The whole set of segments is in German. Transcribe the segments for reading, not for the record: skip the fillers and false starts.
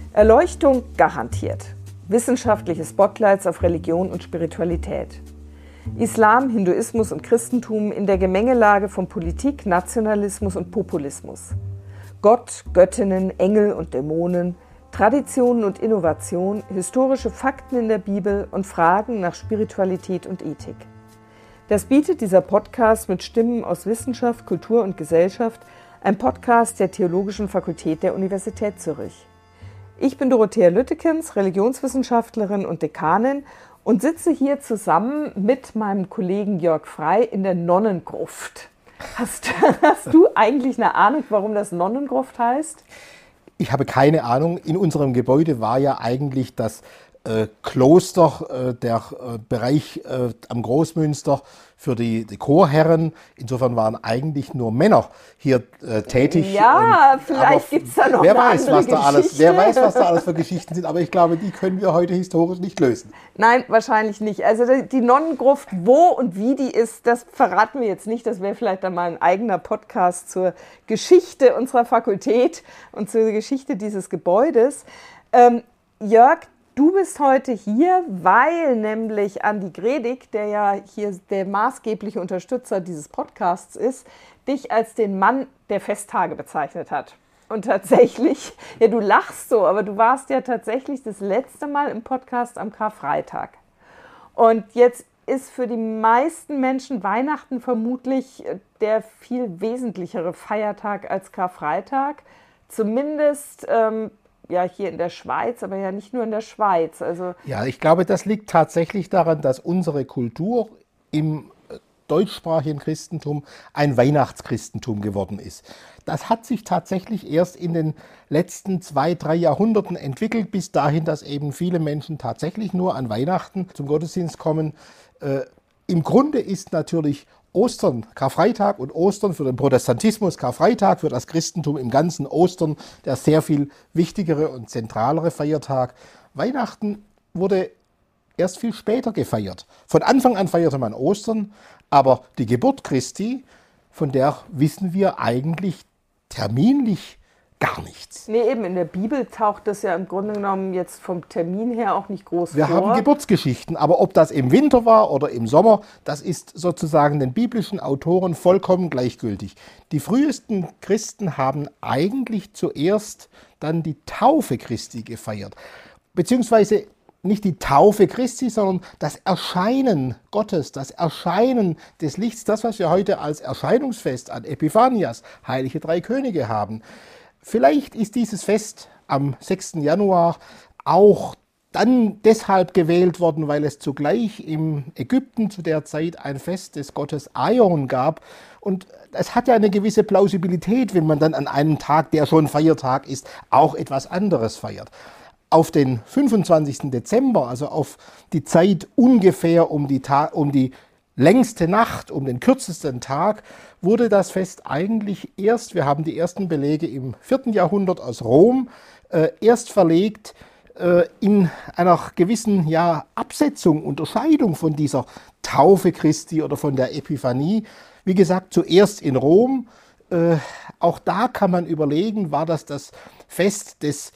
Erleuchtung garantiert. Wissenschaftliche Spotlights auf Religion und Spiritualität. Islam, Hinduismus und Christentum in der Gemengelage von Politik, Nationalismus und Populismus. Gott, Göttinnen, Engel und Dämonen, Traditionen und Innovation, historische Fakten in der Bibel und Fragen nach Spiritualität und Ethik. Das bietet dieser Podcast mit Stimmen aus Wissenschaft, Kultur und Gesellschaft, ein Podcast der Theologischen Fakultät der Universität Zürich. Ich bin Dorothea Lüttekens, Religionswissenschaftlerin und Dekanin und sitze hier zusammen mit meinem Kollegen Jörg Frey in der Nonnengruft. Hast du eigentlich eine Ahnung, warum das Nonnengruft heißt? Ich habe keine Ahnung. In unserem Gebäude war ja eigentlich das Kloster, der Bereich am Großmünster für die Chorherren. Insofern waren eigentlich nur Männer hier tätig. Ja, vielleicht gibt es da noch eine andere Geschichte. Wer weiß, was da alles für Geschichten sind, aber ich glaube, die können wir heute historisch nicht lösen. Nein, wahrscheinlich nicht. Also die Nonnengruft, wo und wie die ist, das verraten wir jetzt nicht. Das wäre vielleicht dann mal ein eigener Podcast zur Geschichte unserer Fakultät und zur Geschichte dieses Gebäudes. Jörg, du bist heute hier, weil nämlich Andi Gredig, der ja hier der maßgebliche Unterstützer dieses Podcasts ist, dich als den Mann der Festtage bezeichnet hat. Und tatsächlich, ja, du lachst so, aber du warst ja tatsächlich das letzte Mal im Podcast am Karfreitag. Und jetzt ist für die meisten Menschen Weihnachten vermutlich der viel wesentlichere Feiertag als Karfreitag. Zumindest ja, hier in der Schweiz, aber ja nicht nur in der Schweiz. Also ja, ich glaube, das liegt tatsächlich daran, dass unsere Kultur im deutschsprachigen Christentum ein Weihnachtschristentum geworden ist. Das hat sich tatsächlich erst in den letzten 2-3 Jahrhunderten entwickelt, bis dahin, dass eben viele Menschen tatsächlich nur an Weihnachten zum Gottesdienst kommen. Im Grunde ist natürlich Ostern, Karfreitag und Ostern für den Protestantismus, Karfreitag für das Christentum im ganzen Ostern, der sehr viel wichtigere und zentralere Feiertag. Weihnachten wurde erst viel später gefeiert. Von Anfang an feierte man Ostern, aber die Geburt Christi, von der wissen wir eigentlich terminlich gar nichts. Nee, eben in der Bibel taucht das ja im Grunde genommen jetzt vom Termin her auch nicht groß vor. Wir haben Geburtsgeschichten, aber ob das im Winter war oder im Sommer, das ist sozusagen den biblischen Autoren vollkommen gleichgültig. Die frühesten Christen haben eigentlich zuerst dann die Taufe Christi gefeiert, beziehungsweise nicht die Taufe Christi, sondern das Erscheinen Gottes, das Erscheinen des Lichts, das, was wir heute als Erscheinungsfest an Epiphanias, Heilige Drei Könige haben. Vielleicht ist dieses Fest am 6. Januar auch dann deshalb gewählt worden, weil es zugleich im Ägypten zu der Zeit ein Fest des Gottes Aion gab. Und es hat ja eine gewisse Plausibilität, wenn man dann an einem Tag, der schon Feiertag ist, auch etwas anderes feiert. Auf den 25. Dezember, also auf die Zeit ungefähr um die längste Nacht, um den kürzesten Tag, wurde das Fest eigentlich erst, wir haben die ersten Belege im 4. Jahrhundert aus Rom, erst verlegt in einer gewissen Absetzung, Unterscheidung von dieser Taufe Christi oder von der Epiphanie. Wie gesagt, zuerst in Rom. Auch da kann man überlegen, war das Fest des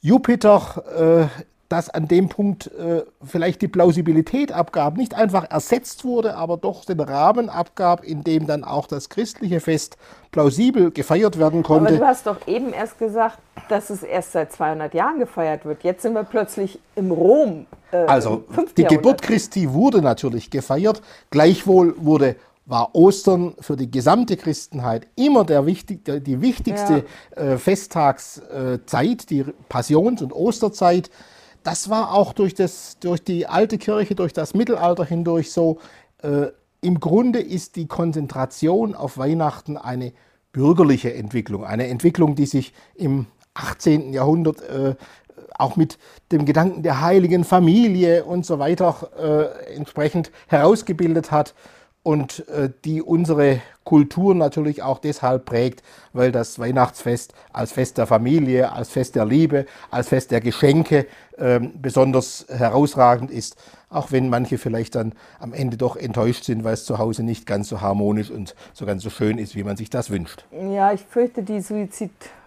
Jupiter, das an dem Punkt vielleicht die Plausibilität abgab, nicht einfach ersetzt wurde, aber doch den Rahmen abgab, in dem dann auch das christliche Fest plausibel gefeiert werden konnte. Aber du hast doch eben erst gesagt, dass es erst seit 200 Jahren gefeiert wird. Jetzt sind wir plötzlich im Rom. Also die Geburt Christi wurde natürlich gefeiert, gleichwohl war Ostern für die gesamte Christenheit immer die wichtigste Festtagszeit, die Passions- und Osterzeit. Das war auch durch die alte Kirche, durch das Mittelalter hindurch so. Im Grunde ist die Konzentration auf Weihnachten eine bürgerliche Entwicklung, eine Entwicklung, die sich im 18. Jahrhundert auch mit dem Gedanken der heiligen Familie und so weiter entsprechend herausgebildet hat. Und die unsere Kultur natürlich auch deshalb prägt, weil das Weihnachtsfest als Fest der Familie, als Fest der Liebe, als Fest der Geschenke besonders herausragend ist, auch wenn manche vielleicht dann am Ende doch enttäuscht sind, weil es zu Hause nicht ganz so harmonisch und so ganz so schön ist, wie man sich das wünscht. Ja, ich fürchte, die Suizid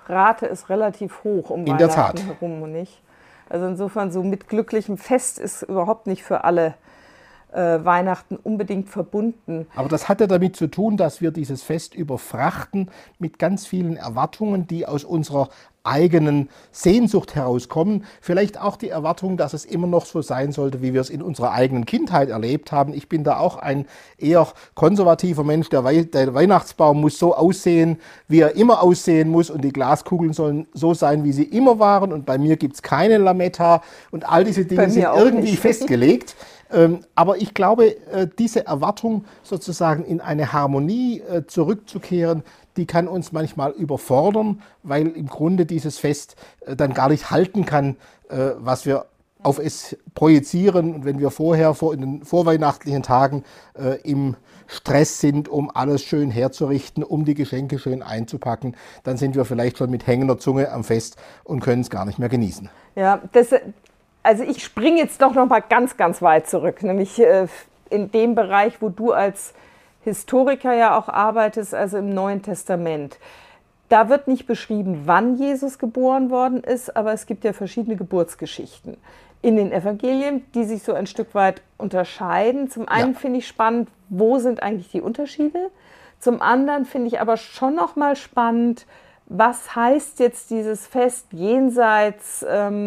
Rate ist relativ hoch um In der Tat. Weihnachten herum und nicht. Also insofern so mit glücklichem Fest ist überhaupt nicht für alle Weihnachten unbedingt verbunden. Aber das hat ja damit zu tun, dass wir dieses Fest überfrachten mit ganz vielen Erwartungen, die aus unserer eigenen Sehnsucht herauskommen. Vielleicht auch die Erwartung, dass es immer noch so sein sollte, wie wir es in unserer eigenen Kindheit erlebt haben. Ich bin da auch ein eher konservativer Mensch. Der Weihnachtsbaum muss so aussehen, wie er immer aussehen muss, und die Glaskugeln sollen so sein, wie sie immer waren. Und bei mir gibt es keine Lametta, und all diese Dinge sind irgendwie nicht festgelegt. Aber ich glaube, diese Erwartung sozusagen in eine Harmonie zurückzukehren, die kann uns manchmal überfordern, weil im Grunde dieses Fest dann gar nicht halten kann, was wir auf es projizieren. Und wenn wir vorher in den vorweihnachtlichen Tagen im Stress sind, um alles schön herzurichten, um die Geschenke schön einzupacken, dann sind wir vielleicht schon mit hängender Zunge am Fest und können es gar nicht mehr genießen. Ja, also ich springe jetzt doch noch mal ganz, ganz weit zurück, nämlich in dem Bereich, wo du als Historiker ja auch arbeitest, also im Neuen Testament. Da wird nicht beschrieben, wann Jesus geboren worden ist, aber es gibt ja verschiedene Geburtsgeschichten in den Evangelien, die sich so ein Stück weit unterscheiden. Zum einen finde ich spannend, wo sind eigentlich die Unterschiede? Zum anderen finde ich aber schon noch mal spannend, was heißt jetzt dieses Fest jenseits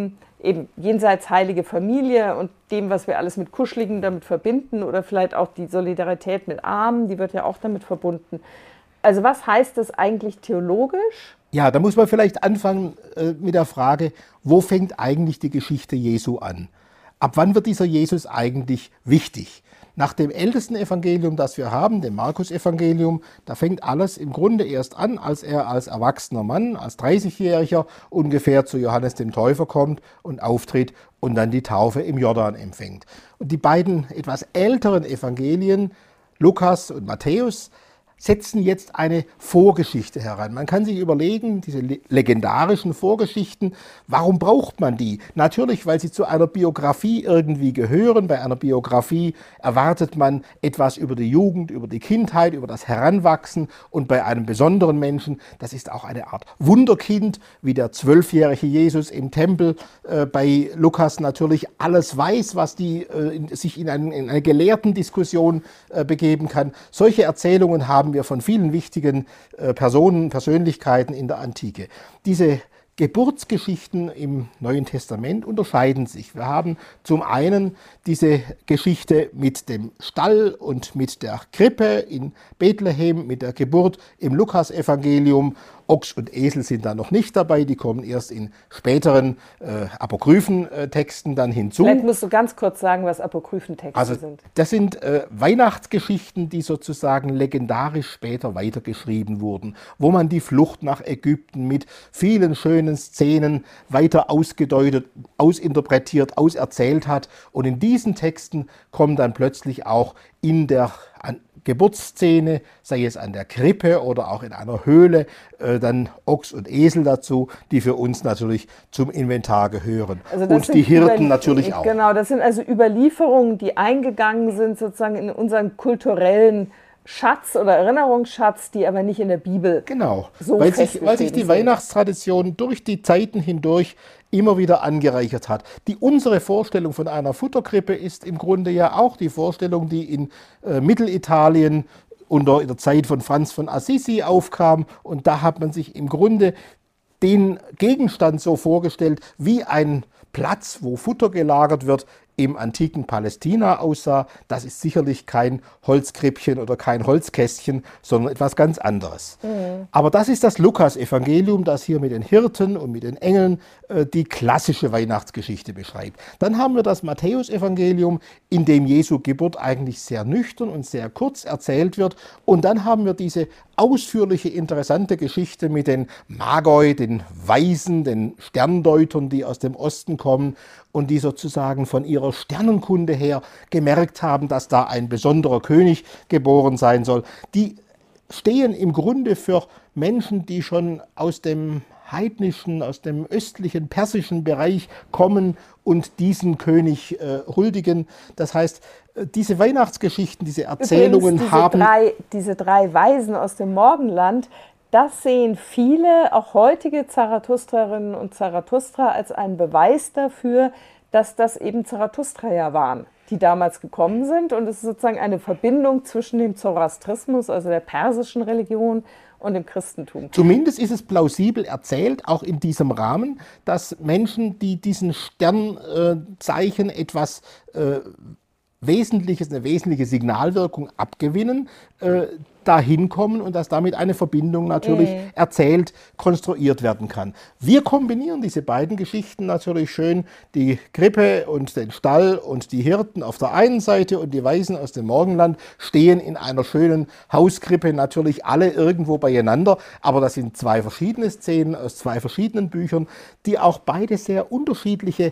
jenseits heilige Familie und dem, was wir alles mit Kuscheligen damit verbinden, oder vielleicht auch die Solidarität mit Armen, die wird ja auch damit verbunden. Also was heißt das eigentlich theologisch? Ja, da muss man vielleicht anfangen mit der Frage, wo fängt eigentlich die Geschichte Jesu an? Ab wann wird dieser Jesus eigentlich wichtig? Nach dem ältesten Evangelium, das wir haben, dem Markus-Evangelium, da fängt alles im Grunde erst an, als er als erwachsener Mann, als 30-Jähriger ungefähr zu Johannes dem Täufer kommt und auftritt und dann die Taufe im Jordan empfängt. Und die beiden etwas älteren Evangelien, Lukas und Matthäus, setzen jetzt eine Vorgeschichte heran. Man kann sich überlegen, diese legendarischen Vorgeschichten, warum braucht man die? Natürlich, weil sie zu einer Biografie irgendwie gehören. Bei einer Biografie erwartet man etwas über die Jugend, über die Kindheit, über das Heranwachsen, und bei einem besonderen Menschen, das ist auch eine Art Wunderkind, wie der 12-jährige Jesus im Tempel bei Lukas natürlich alles weiß, was sich in eine Gelehrtendiskussion begeben kann. Solche Erzählungen haben wir von vielen wichtigen Personen, Persönlichkeiten in der Antike. Diese Geburtsgeschichten im Neuen Testament unterscheiden sich. Wir haben zum einen diese Geschichte mit dem Stall und mit der Krippe in Bethlehem, mit der Geburt im Lukasevangelium. Ochs und Esel sind da noch nicht dabei, die kommen erst in späteren apokryphen Texten dann hinzu. Vielleicht musst du ganz kurz sagen, was Apokryphentexte sind. Das sind Weihnachtsgeschichten, die sozusagen legendarisch später weitergeschrieben wurden, wo man die Flucht nach Ägypten mit vielen schönen Szenen weiter ausgedeutet, ausinterpretiert, auserzählt hat. Und in diesen Texten kommen dann plötzlich auch in der Geburtsszene, sei es an der Krippe oder auch in einer Höhle, dann Ochs und Esel dazu, die für uns natürlich zum Inventar gehören. Also und die Hirten natürlich auch. Genau, das sind also Überlieferungen, die eingegangen sind sozusagen in unseren kulturellen Schatz oder Erinnerungsschatz, die aber nicht in der Bibel so weil sich die Weihnachtstradition durch die Zeiten hindurch immer wieder angereichert hat. Unsere Vorstellung von einer Futterkrippe ist im Grunde ja auch die Vorstellung, die in Mittelitalien in der Zeit von Franz von Assisi aufkam. Und da hat man sich im Grunde den Gegenstand so vorgestellt, wie ein Platz, wo Futter gelagert wird, im antiken Palästina aussah. Das ist sicherlich kein Holzkrippchen oder kein Holzkästchen, sondern etwas ganz anderes. Aber das ist das Lukas-Evangelium, das hier mit den Hirten und mit den Engeln die klassische Weihnachtsgeschichte beschreibt. Dann haben wir das Matthäus-Evangelium, in dem Jesu Geburt eigentlich sehr nüchtern und sehr kurz erzählt wird. Und dann haben wir diese ausführliche, interessante Geschichte mit den Magoi, den Weisen, den Sterndeutern, die aus dem Osten kommen und die sozusagen von ihrer Sternenkunde her gemerkt haben, dass da ein besonderer König geboren sein soll. Die stehen im Grunde für Menschen, die schon aus dem heidnischen, aus dem östlichen persischen Bereich kommen und diesen König huldigen. Das heißt, diese Weihnachtsgeschichten, diese Erzählungen Übrigens, haben... Diese drei Weisen aus dem Morgenland, das sehen viele, auch heutige Zarathustrerinnen und Zarathustra, als einen Beweis dafür, dass das eben Zarathustraer waren, die damals gekommen sind. Und es ist sozusagen eine Verbindung zwischen dem Zoroastrismus, also der persischen Religion, und dem Christentum. Zumindest ist es plausibel erzählt, auch in diesem Rahmen, dass Menschen, die diesen Sternzeichen etwas Wesentliches, eine wesentliche Signalwirkung abgewinnen, dahin kommen und dass damit eine Verbindung natürlich erzählt, konstruiert werden kann. Wir kombinieren diese beiden Geschichten natürlich schön, die Krippe und den Stall und die Hirten auf der einen Seite und die Weisen aus dem Morgenland stehen in einer schönen Hauskrippe, natürlich alle irgendwo beieinander, aber das sind zwei verschiedene Szenen aus zwei verschiedenen Büchern, die auch beide sehr unterschiedliche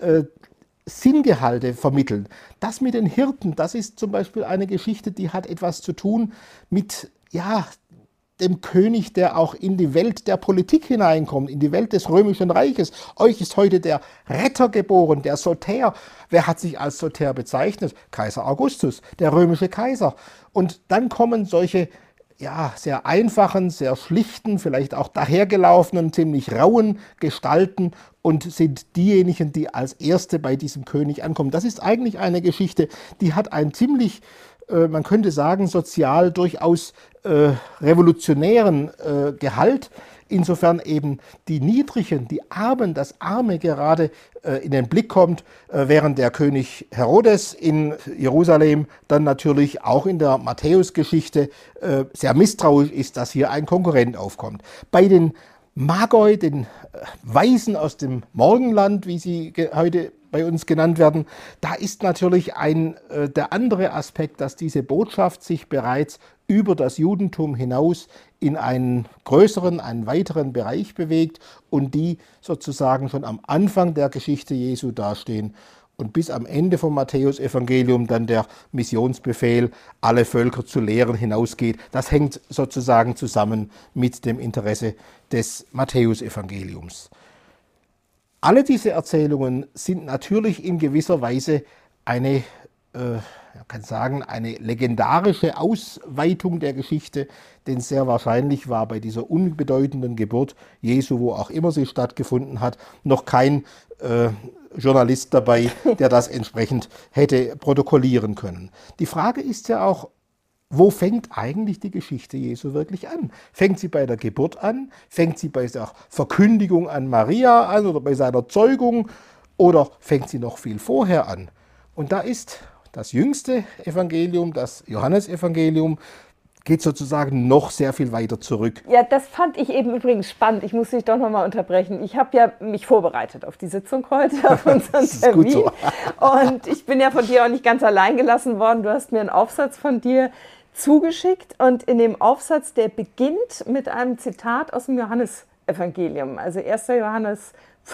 Sinngehalte vermitteln. Das mit den Hirten, das ist zum Beispiel eine Geschichte, die hat etwas zu tun mit, ja, dem König, der auch in die Welt der Politik hineinkommt, in die Welt des Römischen Reiches. Euch ist heute der Retter geboren, der Soter. Wer hat sich als Soter bezeichnet? Kaiser Augustus, der römische Kaiser. Und dann kommen solche sehr einfachen, sehr schlichten, vielleicht auch dahergelaufenen, ziemlich rauen Gestalten und sind diejenigen, die als Erste bei diesem König ankommen. Das ist eigentlich eine Geschichte, die hat einen ziemlich, man könnte sagen, sozial durchaus revolutionären Gehalt. Insofern eben die Niedrigen, die Armen, das Arme gerade in den Blick kommt, während der König Herodes in Jerusalem dann natürlich auch in der Matthäusgeschichte sehr misstrauisch ist, dass hier ein Konkurrent aufkommt. Bei den Magoi, den Weisen aus dem Morgenland, wie sie heute bei uns genannt werden, da ist natürlich der andere Aspekt, dass diese Botschaft sich bereits über das Judentum hinaus in einen größeren, einen weiteren Bereich bewegt und die sozusagen schon am Anfang der Geschichte Jesu dastehen und bis am Ende vom Matthäusevangelium dann der Missionsbefehl, alle Völker zu lehren, hinausgeht. Das hängt sozusagen zusammen mit dem Interesse des Matthäusevangeliums. Alle diese Erzählungen sind natürlich in gewisser Weise eine eine legendarische Ausweitung der Geschichte, denn sehr wahrscheinlich war bei dieser unbedeutenden Geburt Jesu, wo auch immer sie stattgefunden hat, noch kein Journalist dabei, der das entsprechend hätte protokollieren können. Die Frage ist ja auch, wo fängt eigentlich die Geschichte Jesu wirklich an? Fängt sie bei der Geburt an? Fängt sie bei der Verkündigung an Maria an oder bei seiner Zeugung? Oder fängt sie noch viel vorher an? Und da ist das jüngste Evangelium, das Johannesevangelium, geht sozusagen noch sehr viel weiter zurück. Ja, das fand ich eben übrigens spannend. Ich muss dich doch noch mal unterbrechen. Ich habe ja mich vorbereitet auf die Sitzung heute, auf unseren Termin. Gut so. Und ich bin ja von dir auch nicht ganz allein gelassen worden. Du hast mir einen Aufsatz von dir zugeschickt. Und in dem Aufsatz, der beginnt mit einem Zitat aus dem Johannesevangelium. Also 1. Johannes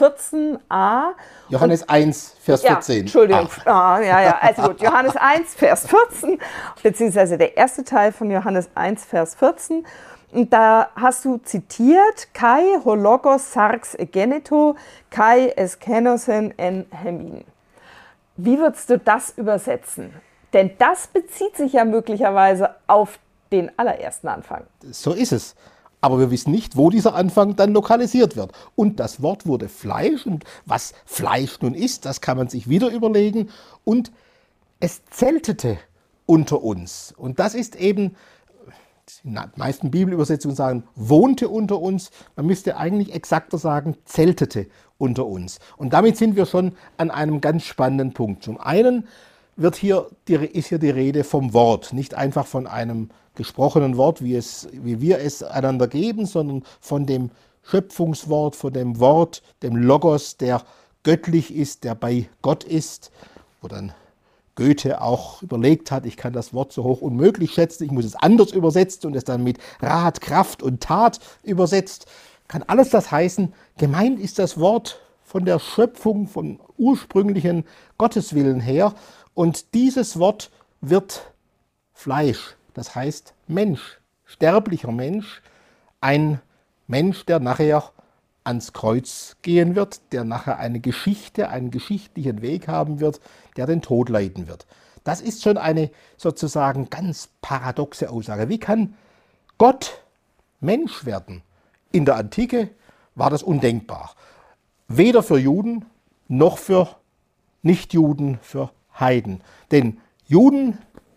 14a. Johannes 1, Vers 14. Ja, Entschuldigung. Also gut, Johannes 1, Vers 14, beziehungsweise der erste Teil von Johannes 1, Vers 14. Und da hast du zitiert, Kai hologos sarx egeneto, Kai eskenosen en hemin. Wie würdest du das übersetzen? Denn das bezieht sich ja möglicherweise auf den allerersten Anfang. So ist es. Aber wir wissen nicht, wo dieser Anfang dann lokalisiert wird. Und das Wort wurde Fleisch. Und was Fleisch nun ist, das kann man sich wieder überlegen. Und es zeltete unter uns. Und das ist eben, die meisten Bibelübersetzungen sagen, wohnte unter uns. Man müsste eigentlich exakter sagen, zeltete unter uns. Und damit sind wir schon an einem ganz spannenden Punkt. Zum einen ist hier die Rede vom Wort, nicht einfach von einem gesprochenen Wort, wie wir es einander geben, sondern von dem Schöpfungswort, von dem Wort, dem Logos, der göttlich ist, der bei Gott ist, wo dann Goethe auch überlegt hat, ich kann das Wort so hoch unmöglich schätzen, ich muss es anders übersetzen und es dann mit Rat, Kraft und Tat übersetzt. Kann alles das heißen, gemeint ist das Wort von der Schöpfung, vom ursprünglichen Gotteswillen her. Und dieses Wort wird Fleisch, das heißt Mensch, sterblicher Mensch, ein Mensch, der nachher ans Kreuz gehen wird, der nachher eine Geschichte, einen geschichtlichen Weg haben wird, der den Tod leiden wird. Das ist schon eine sozusagen ganz paradoxe Aussage. Wie kann Gott Mensch werden. In der Antike war das undenkbar. Weder für Juden noch für Nichtjuden, für Heiden. Denn Juden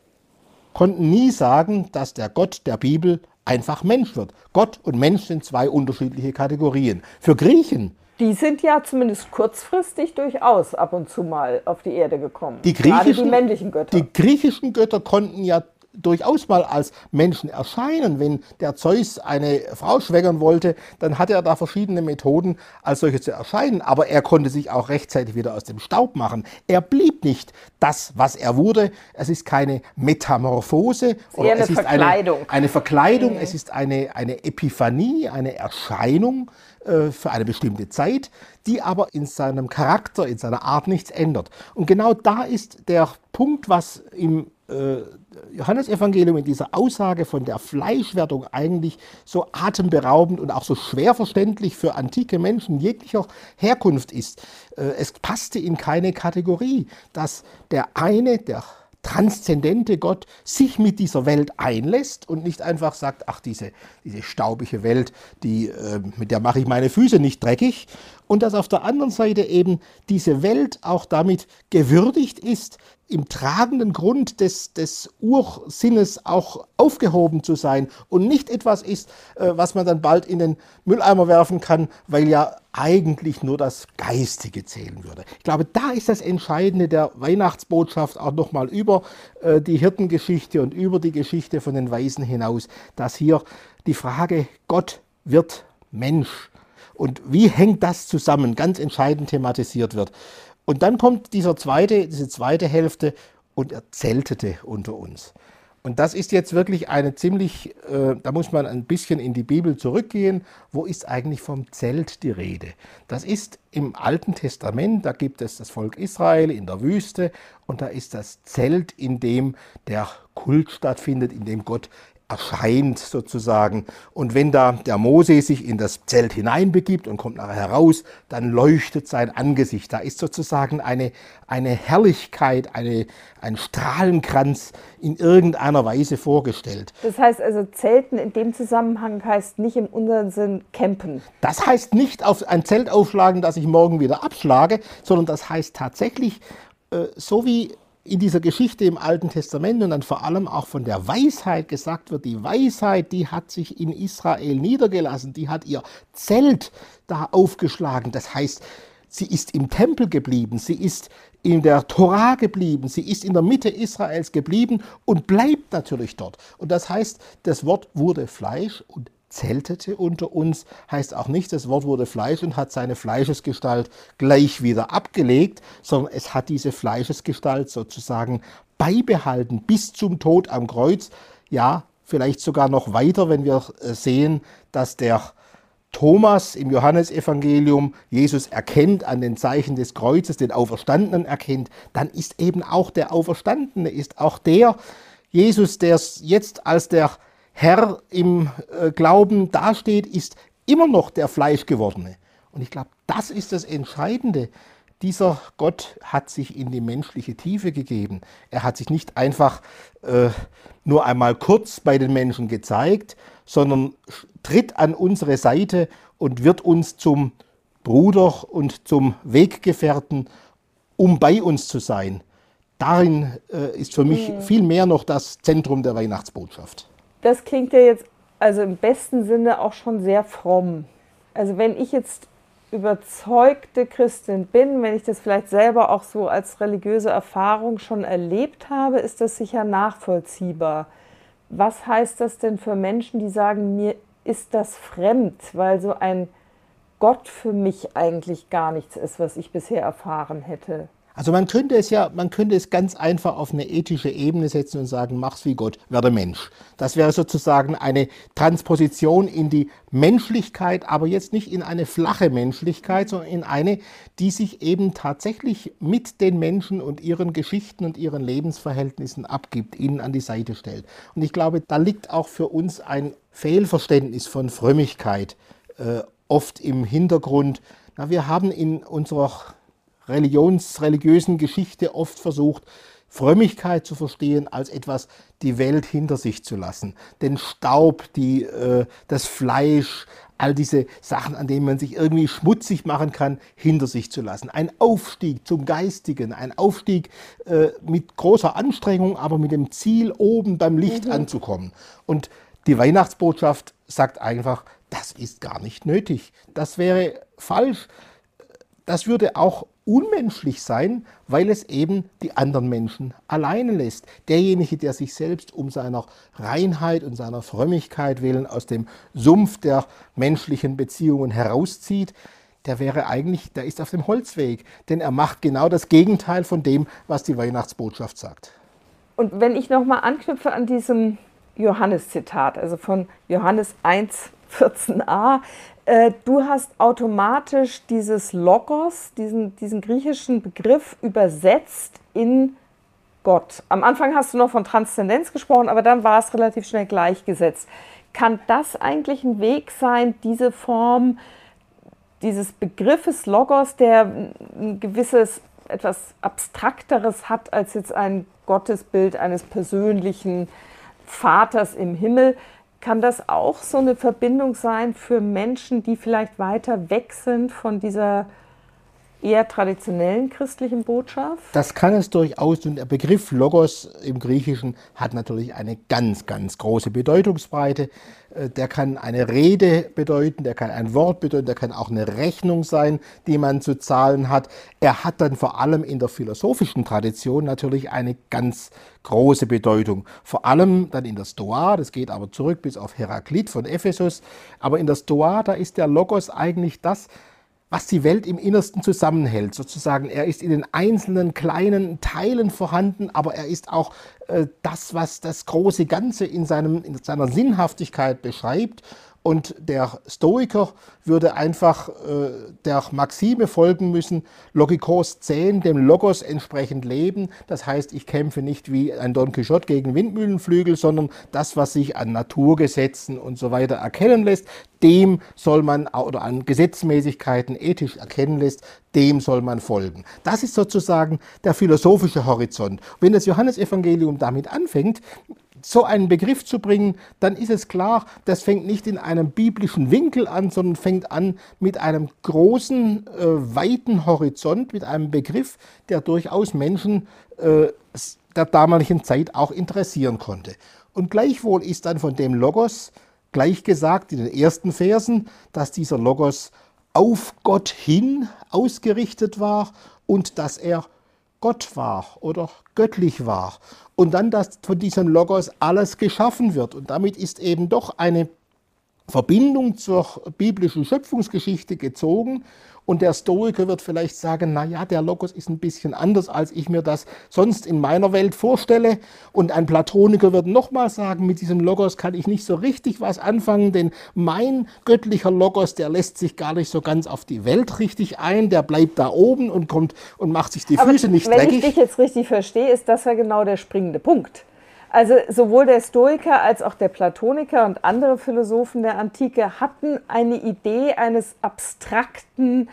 konnten nie sagen, dass der Gott der Bibel einfach Mensch wird. Gott und Mensch sind zwei unterschiedliche Kategorien. Für Griechen, Die sind ja zumindest kurzfristig durchaus ab und zu mal auf die Erde gekommen. die Gerade die griechischen, männlichen Götter. die griechischen Götter konnten ja durchaus mal als Menschen erscheinen. Wenn der Zeus eine Frau schwängern wollte, dann hatte er da verschiedene Methoden, als solche zu erscheinen. Aber er konnte sich auch rechtzeitig wieder aus dem Staub machen. Er blieb nicht das, was er wurde. Es ist keine Metamorphose. Eher eine Verkleidung. Eine Verkleidung. Es ist eine Epiphanie, eine Erscheinung für eine bestimmte Zeit, die aber in seinem Charakter, in seiner Art nichts ändert. Und genau da ist der Punkt, was im Johannesevangelium in dieser Aussage von der Fleischwerdung eigentlich so atemberaubend und auch so schwer verständlich für antike Menschen jeglicher Herkunft ist. Es passte in keine Kategorie, dass der eine, der transzendente Gott sich mit dieser Welt einlässt und nicht einfach sagt, ach, diese staubige Welt, mit der mache ich meine Füße nicht dreckig. Und dass auf der anderen Seite eben diese Welt auch damit gewürdigt ist, im tragenden Grund des Ursinnes auch aufgehoben zu sein und nicht etwas ist, was man dann bald in den Mülleimer werfen kann, weil ja eigentlich nur das Geistige zählen würde. Ich glaube, da ist das Entscheidende der Weihnachtsbotschaft auch nochmal über die Hirtengeschichte und über die Geschichte von den Weisen hinaus, dass hier die Frage, Gott wird Mensch. Und wie hängt das zusammen, ganz entscheidend thematisiert wird. Und dann kommt diese zweite Hälfte und er zeltete unter uns. Und das ist jetzt wirklich eine ziemlich, da muss man ein bisschen in die Bibel zurückgehen. Wo ist eigentlich vom Zelt die Rede? Das ist im Alten Testament, da gibt es das Volk Israel in der Wüste und da ist das Zelt, in dem der Kult stattfindet, in dem Gott erscheint sozusagen. Und wenn da der Mose sich in das Zelt hineinbegibt und kommt nachher heraus, dann leuchtet sein Angesicht. Da ist sozusagen eine Herrlichkeit, ein Strahlenkranz in irgendeiner Weise vorgestellt. Das heißt also, Zelten in dem Zusammenhang heißt nicht im unseren Sinn campen. Das heißt nicht auf ein Zelt aufschlagen, das ich morgen wieder abschlage, sondern das heißt tatsächlich, so wie in dieser Geschichte im Alten Testament und dann vor allem auch von der Weisheit gesagt wird, die Weisheit, die hat sich in Israel niedergelassen, die hat ihr Zelt da aufgeschlagen. Das heißt, sie ist im Tempel geblieben, sie ist in der Tora geblieben, sie ist in der Mitte Israels geblieben und bleibt natürlich dort. Und das heißt, das Wort wurde Fleisch und zeltete unter uns, heißt auch nicht, das Wort wurde Fleisch und hat seine Fleischesgestalt gleich wieder abgelegt, sondern es hat diese Fleischesgestalt sozusagen beibehalten bis zum Tod am Kreuz. Ja, vielleicht sogar noch weiter, wenn wir sehen, dass der Thomas im Johannesevangelium Jesus erkennt an den Zeichen des Kreuzes, den Auferstandenen erkennt, dann ist eben auch der Auferstandene, ist auch der Jesus, der jetzt als der Herr im Glauben dasteht, ist immer noch der Fleischgewordene. Und ich glaube, das ist das Entscheidende. Dieser Gott hat sich in die menschliche Tiefe gegeben. Er hat sich nicht einfach nur einmal kurz bei den Menschen gezeigt, sondern tritt an unsere Seite und wird uns zum Bruder und zum Weggefährten, um bei uns zu sein. Darin ist für mich viel mehr noch das Zentrum der Weihnachtsbotschaft. Das klingt ja jetzt also im besten Sinne auch schon sehr fromm. Also wenn ich jetzt überzeugte Christin bin, wenn ich das vielleicht selber auch so als religiöse Erfahrung schon erlebt habe, ist das sicher nachvollziehbar. Was heißt das denn für Menschen, die sagen, mir ist das fremd, weil so ein Gott für mich eigentlich gar nichts ist, was ich bisher erfahren hätte? Also man könnte es ganz einfach auf eine ethische Ebene setzen und sagen, mach's wie Gott, werde Mensch. Das wäre sozusagen eine Transposition in die Menschlichkeit, aber jetzt nicht in eine flache Menschlichkeit, sondern in eine, die sich eben tatsächlich mit den Menschen und ihren Geschichten und ihren Lebensverhältnissen abgibt, ihnen an die Seite stellt. Und ich glaube, da liegt auch für uns ein Fehlverständnis von Frömmigkeit oft im Hintergrund. Wir haben in unserer religiösen Geschichte oft versucht, Frömmigkeit zu verstehen, als etwas, die Welt hinter sich zu lassen. Den Staub, das Fleisch, all diese Sachen, an denen man sich irgendwie schmutzig machen kann, hinter sich zu lassen. Ein Aufstieg zum Geistigen, ein Aufstieg mit großer Anstrengung, aber mit dem Ziel, oben beim Licht anzukommen. Und die Weihnachtsbotschaft sagt einfach, das ist gar nicht nötig. Das wäre falsch. Das würde auch unmenschlich sein, weil es eben die anderen Menschen alleine lässt. Derjenige, der sich selbst um seiner Reinheit und seiner Frömmigkeit willen aus dem Sumpf der menschlichen Beziehungen herauszieht, der ist auf dem Holzweg, denn er macht genau das Gegenteil von dem, was die Weihnachtsbotschaft sagt. Und wenn ich nochmal anknüpfe an diesem Johannes-Zitat, also von Johannes 1,14a, du hast automatisch dieses Logos, diesen griechischen Begriff übersetzt in Gott. Am Anfang hast du noch von Transzendenz gesprochen, aber dann war es relativ schnell gleichgesetzt. Kann das eigentlich ein Weg sein, diese Form dieses Begriffes Logos, der ein gewisses, etwas Abstrakteres hat als jetzt ein Gottesbild eines persönlichen Vaters im Himmel, kann das auch so eine Verbindung sein für Menschen, die vielleicht weiter weg sind von dieser eher traditionellen christlichen Botschaft? Das kann es durchaus, und der Begriff Logos im Griechischen hat natürlich eine ganz, ganz große Bedeutungsbreite. Der kann eine Rede bedeuten, der kann ein Wort bedeuten, der kann auch eine Rechnung sein, die man zu zahlen hat. Er hat dann vor allem in der philosophischen Tradition natürlich eine ganz große Bedeutung. Vor allem dann in der Stoa, das geht aber zurück bis auf Heraklit von Ephesus, aber in der Stoa, da ist der Logos eigentlich das, was die Welt im Innersten zusammenhält. Sozusagen, er ist in den einzelnen kleinen Teilen vorhanden, aber er ist auch das, was das große Ganze in seiner Sinnhaftigkeit beschreibt. Und der Stoiker würde einfach der Maxime folgen müssen, logikos zen, dem Logos entsprechend leben. Das heißt, ich kämpfe nicht wie ein Don Quixote gegen Windmühlenflügel, sondern das, was sich an Naturgesetzen und so weiter erkennen lässt, dem soll man, oder an Gesetzmäßigkeiten ethisch erkennen lässt, dem soll man folgen. Das ist sozusagen der philosophische Horizont. Wenn das Johannesevangelium damit anfängt, so einen Begriff zu bringen, dann ist es klar, das fängt nicht in einem biblischen Winkel an, sondern fängt an mit einem großen, weiten Horizont, mit einem Begriff, der durchaus Menschen der damaligen Zeit auch interessieren konnte. Und gleichwohl ist dann von dem Logos gleich gesagt in den ersten Versen, dass dieser Logos auf Gott hin ausgerichtet war und dass er Gott war oder göttlich war. Und dann, dass von diesem Logos alles geschaffen wird. Und damit ist eben doch eine Verbindung zur biblischen Schöpfungsgeschichte gezogen. Und der Stoiker wird vielleicht sagen, naja, der Logos ist ein bisschen anders, als ich mir das sonst in meiner Welt vorstelle. Und ein Platoniker wird nochmal sagen, mit diesem Logos kann ich nicht so richtig was anfangen, denn mein göttlicher Logos, der lässt sich gar nicht so ganz auf die Welt richtig ein, der bleibt da oben und kommt und macht sich die Füße nicht dreckig. Wenn ich dich jetzt richtig verstehe, ist das ja genau der springende Punkt. Also sowohl der Stoiker als auch der Platoniker und andere Philosophen der Antike hatten eine Idee eines abstrakten,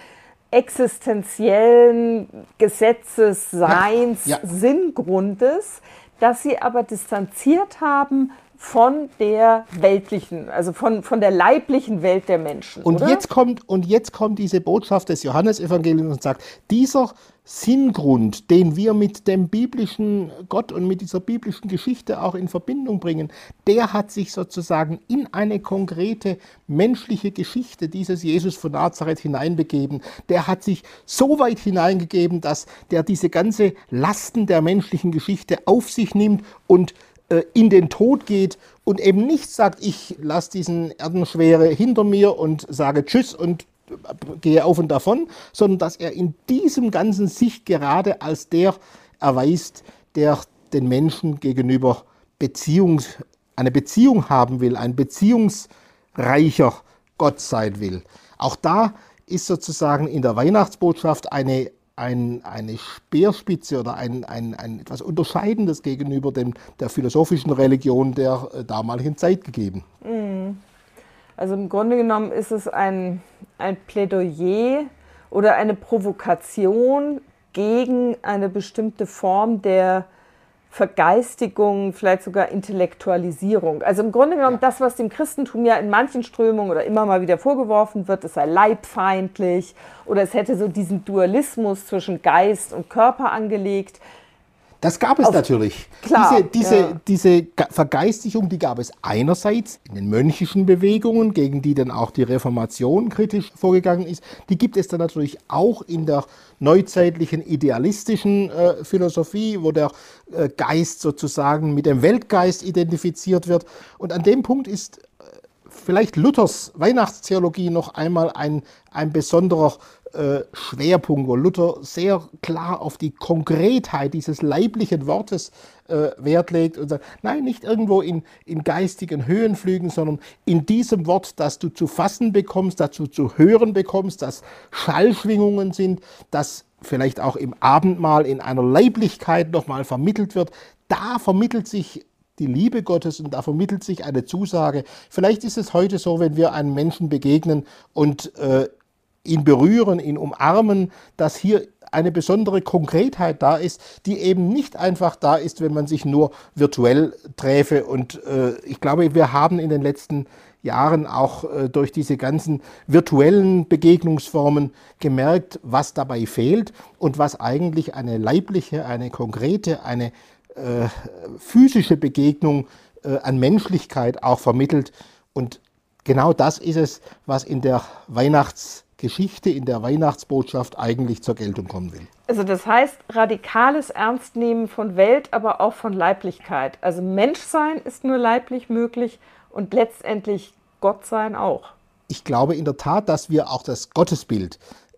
existenziellen Gesetzesseins, Sinngrundes, das sie aber distanziert haben von der weltlichen, also von der leiblichen Welt der Menschen. Und jetzt kommt diese Botschaft des Johannesevangeliums und sagt, dieser Sinngrund, den wir mit dem biblischen Gott und mit dieser biblischen Geschichte auch in Verbindung bringen, der hat sich sozusagen in eine konkrete menschliche Geschichte dieses Jesus von Nazareth hineinbegeben. Der hat sich so weit hineingegeben, dass der diese ganze Lasten der menschlichen Geschichte auf sich nimmt und in den Tod geht und eben nicht sagt, ich lasse diesen Erdenschwere hinter mir und sage Tschüss und gehe auf und davon, sondern dass er in diesem Ganzen sich gerade als der erweist, der den Menschen gegenüber eine Beziehung haben will, ein beziehungsreicher Gott sein will. Auch da ist sozusagen in der Weihnachtsbotschaft eine Speerspitze oder ein etwas Unterscheidendes gegenüber der philosophischen Religion der damaligen Zeit gegeben. Also im Grunde genommen ist es ein Plädoyer oder eine Provokation gegen eine bestimmte Form der Vergeistigung, vielleicht sogar Intellektualisierung. Also im Grunde genommen das, was dem Christentum ja in manchen Strömungen oder immer mal wieder vorgeworfen wird, es sei leibfeindlich oder es hätte so diesen Dualismus zwischen Geist und Körper angelegt. Das gab es natürlich. Klar, diese Vergeistigung, die gab es einerseits in den mönchischen Bewegungen, gegen die dann auch die Reformation kritisch vorgegangen ist. Die gibt es dann natürlich auch in der neuzeitlichen idealistischen Philosophie, wo der Geist sozusagen mit dem Weltgeist identifiziert wird. Und an dem Punkt ist vielleicht Luthers Weihnachtstheologie noch einmal ein besonderer Schwerpunkt, wo Luther sehr klar auf die Konkretheit dieses leiblichen Wortes Wert legt und sagt, nein, nicht irgendwo in geistigen Höhenflügen, sondern in diesem Wort, das du zu fassen bekommst, das du zu hören bekommst, das Schallschwingungen sind, das vielleicht auch im Abendmahl in einer Leiblichkeit nochmal vermittelt wird. Da vermittelt sich die Liebe Gottes und da vermittelt sich eine Zusage. Vielleicht ist es heute so, wenn wir einem Menschen begegnen und ihn berühren, ihn umarmen, dass hier eine besondere Konkretheit da ist, die eben nicht einfach da ist, wenn man sich nur virtuell träfe. Und ich glaube, wir haben in den letzten Jahren auch durch diese ganzen virtuellen Begegnungsformen gemerkt, was dabei fehlt und was eigentlich eine leibliche, eine konkrete, eine physische Begegnung an Menschlichkeit auch vermittelt. Und genau das ist es, was in der Weihnachtsgeschichte, in der Weihnachtsbotschaft eigentlich zur Geltung kommen will. Also das heißt, radikales Ernstnehmen von Welt, aber auch von Leiblichkeit. Also Menschsein ist nur leiblich möglich und letztendlich Gottsein auch. Ich glaube in der Tat, dass wir auch das Gottesbild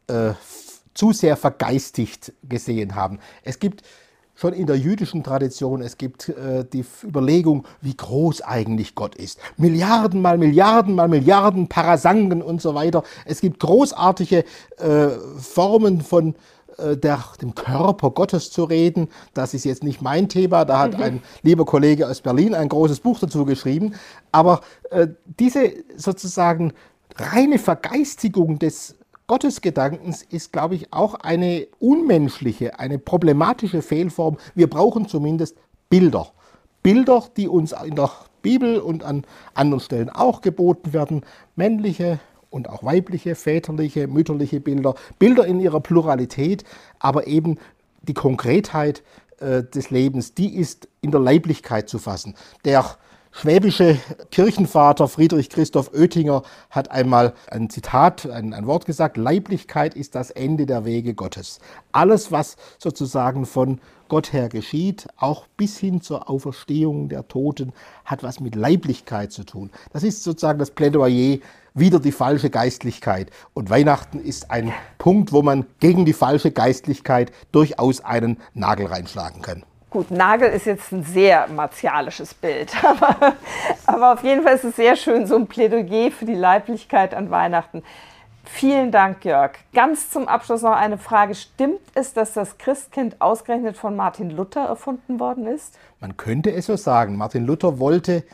zu sehr vergeistigt gesehen haben. Es gibt schon in der jüdischen Tradition, es gibt die Überlegung, wie groß eigentlich Gott ist. Milliarden mal Milliarden mal Milliarden Parasangen und so weiter. Es gibt großartige Formen von dem Körper Gottes zu reden. Das ist jetzt nicht mein Thema, da hat ein lieber Kollege aus Berlin ein großes Buch dazu geschrieben. Aber diese sozusagen reine Vergeistigung des Gottesgedankens ist, glaube ich, auch eine unmenschliche, eine problematische Fehlform. Wir brauchen zumindest Bilder. Bilder, die uns in der Bibel und an anderen Stellen auch geboten werden. Männliche und auch weibliche, väterliche, mütterliche Bilder. Bilder in ihrer Pluralität, aber eben die Konkretheit des Lebens, die ist in der Leiblichkeit zu fassen. Der schwäbische Kirchenvater Friedrich Christoph Oetinger hat einmal ein Zitat, ein Wort gesagt: Leiblichkeit ist das Ende der Wege Gottes. Alles, was sozusagen von Gott her geschieht, auch bis hin zur Auferstehung der Toten, hat was mit Leiblichkeit zu tun. Das ist sozusagen das Plädoyer wider die falsche Geistlichkeit. Und Weihnachten ist ein Punkt, wo man gegen die falsche Geistlichkeit durchaus einen Nagel reinschlagen kann. Gut, Nagel ist jetzt ein sehr martialisches Bild, aber auf jeden Fall ist es sehr schön, so ein Plädoyer für die Leiblichkeit an Weihnachten. Vielen Dank, Jörg. Ganz zum Abschluss noch eine Frage. Stimmt es, dass das Christkind ausgerechnet von Martin Luther erfunden worden ist? Man könnte es so sagen. Martin Luther wollte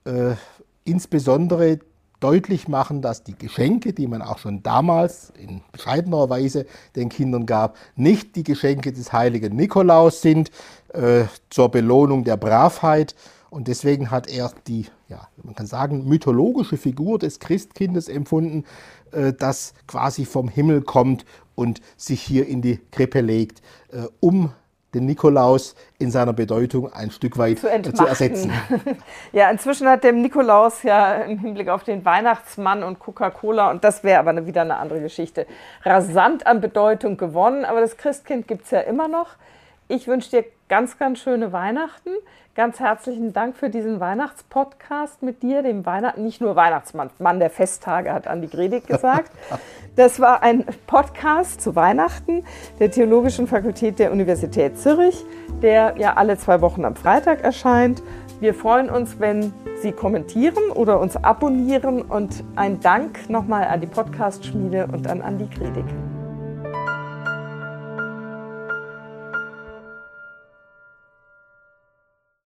insbesondere deutlich machen, dass die Geschenke, die man auch schon damals in bescheidener Weise den Kindern gab, nicht die Geschenke des heiligen Nikolaus sind, zur Belohnung der Bravheit. Und deswegen hat er die, man kann sagen, mythologische Figur des Christkindes empfunden, das quasi vom Himmel kommt und sich hier in die Krippe legt, um den Nikolaus in seiner Bedeutung ein Stück weit zu ersetzen. Ja, inzwischen hat der Nikolaus ja im Hinblick auf den Weihnachtsmann und Coca-Cola, und das wäre aber wieder eine andere Geschichte, rasant an Bedeutung gewonnen. Aber das Christkind gibt es ja immer noch. Ich wünsche dir ganz, ganz schöne Weihnachten. Ganz herzlichen Dank für diesen Weihnachtspodcast mit dir, dem nicht nur Weihnachtsmann, Mann der Festtage, hat Andi Gredig gesagt. Das war ein Podcast zu Weihnachten der Theologischen Fakultät der Universität Zürich, der ja alle 2 Wochen am Freitag erscheint. Wir freuen uns, wenn Sie kommentieren oder uns abonnieren, und ein Dank nochmal an die Podcast-Schmiede und an Andi Gredig.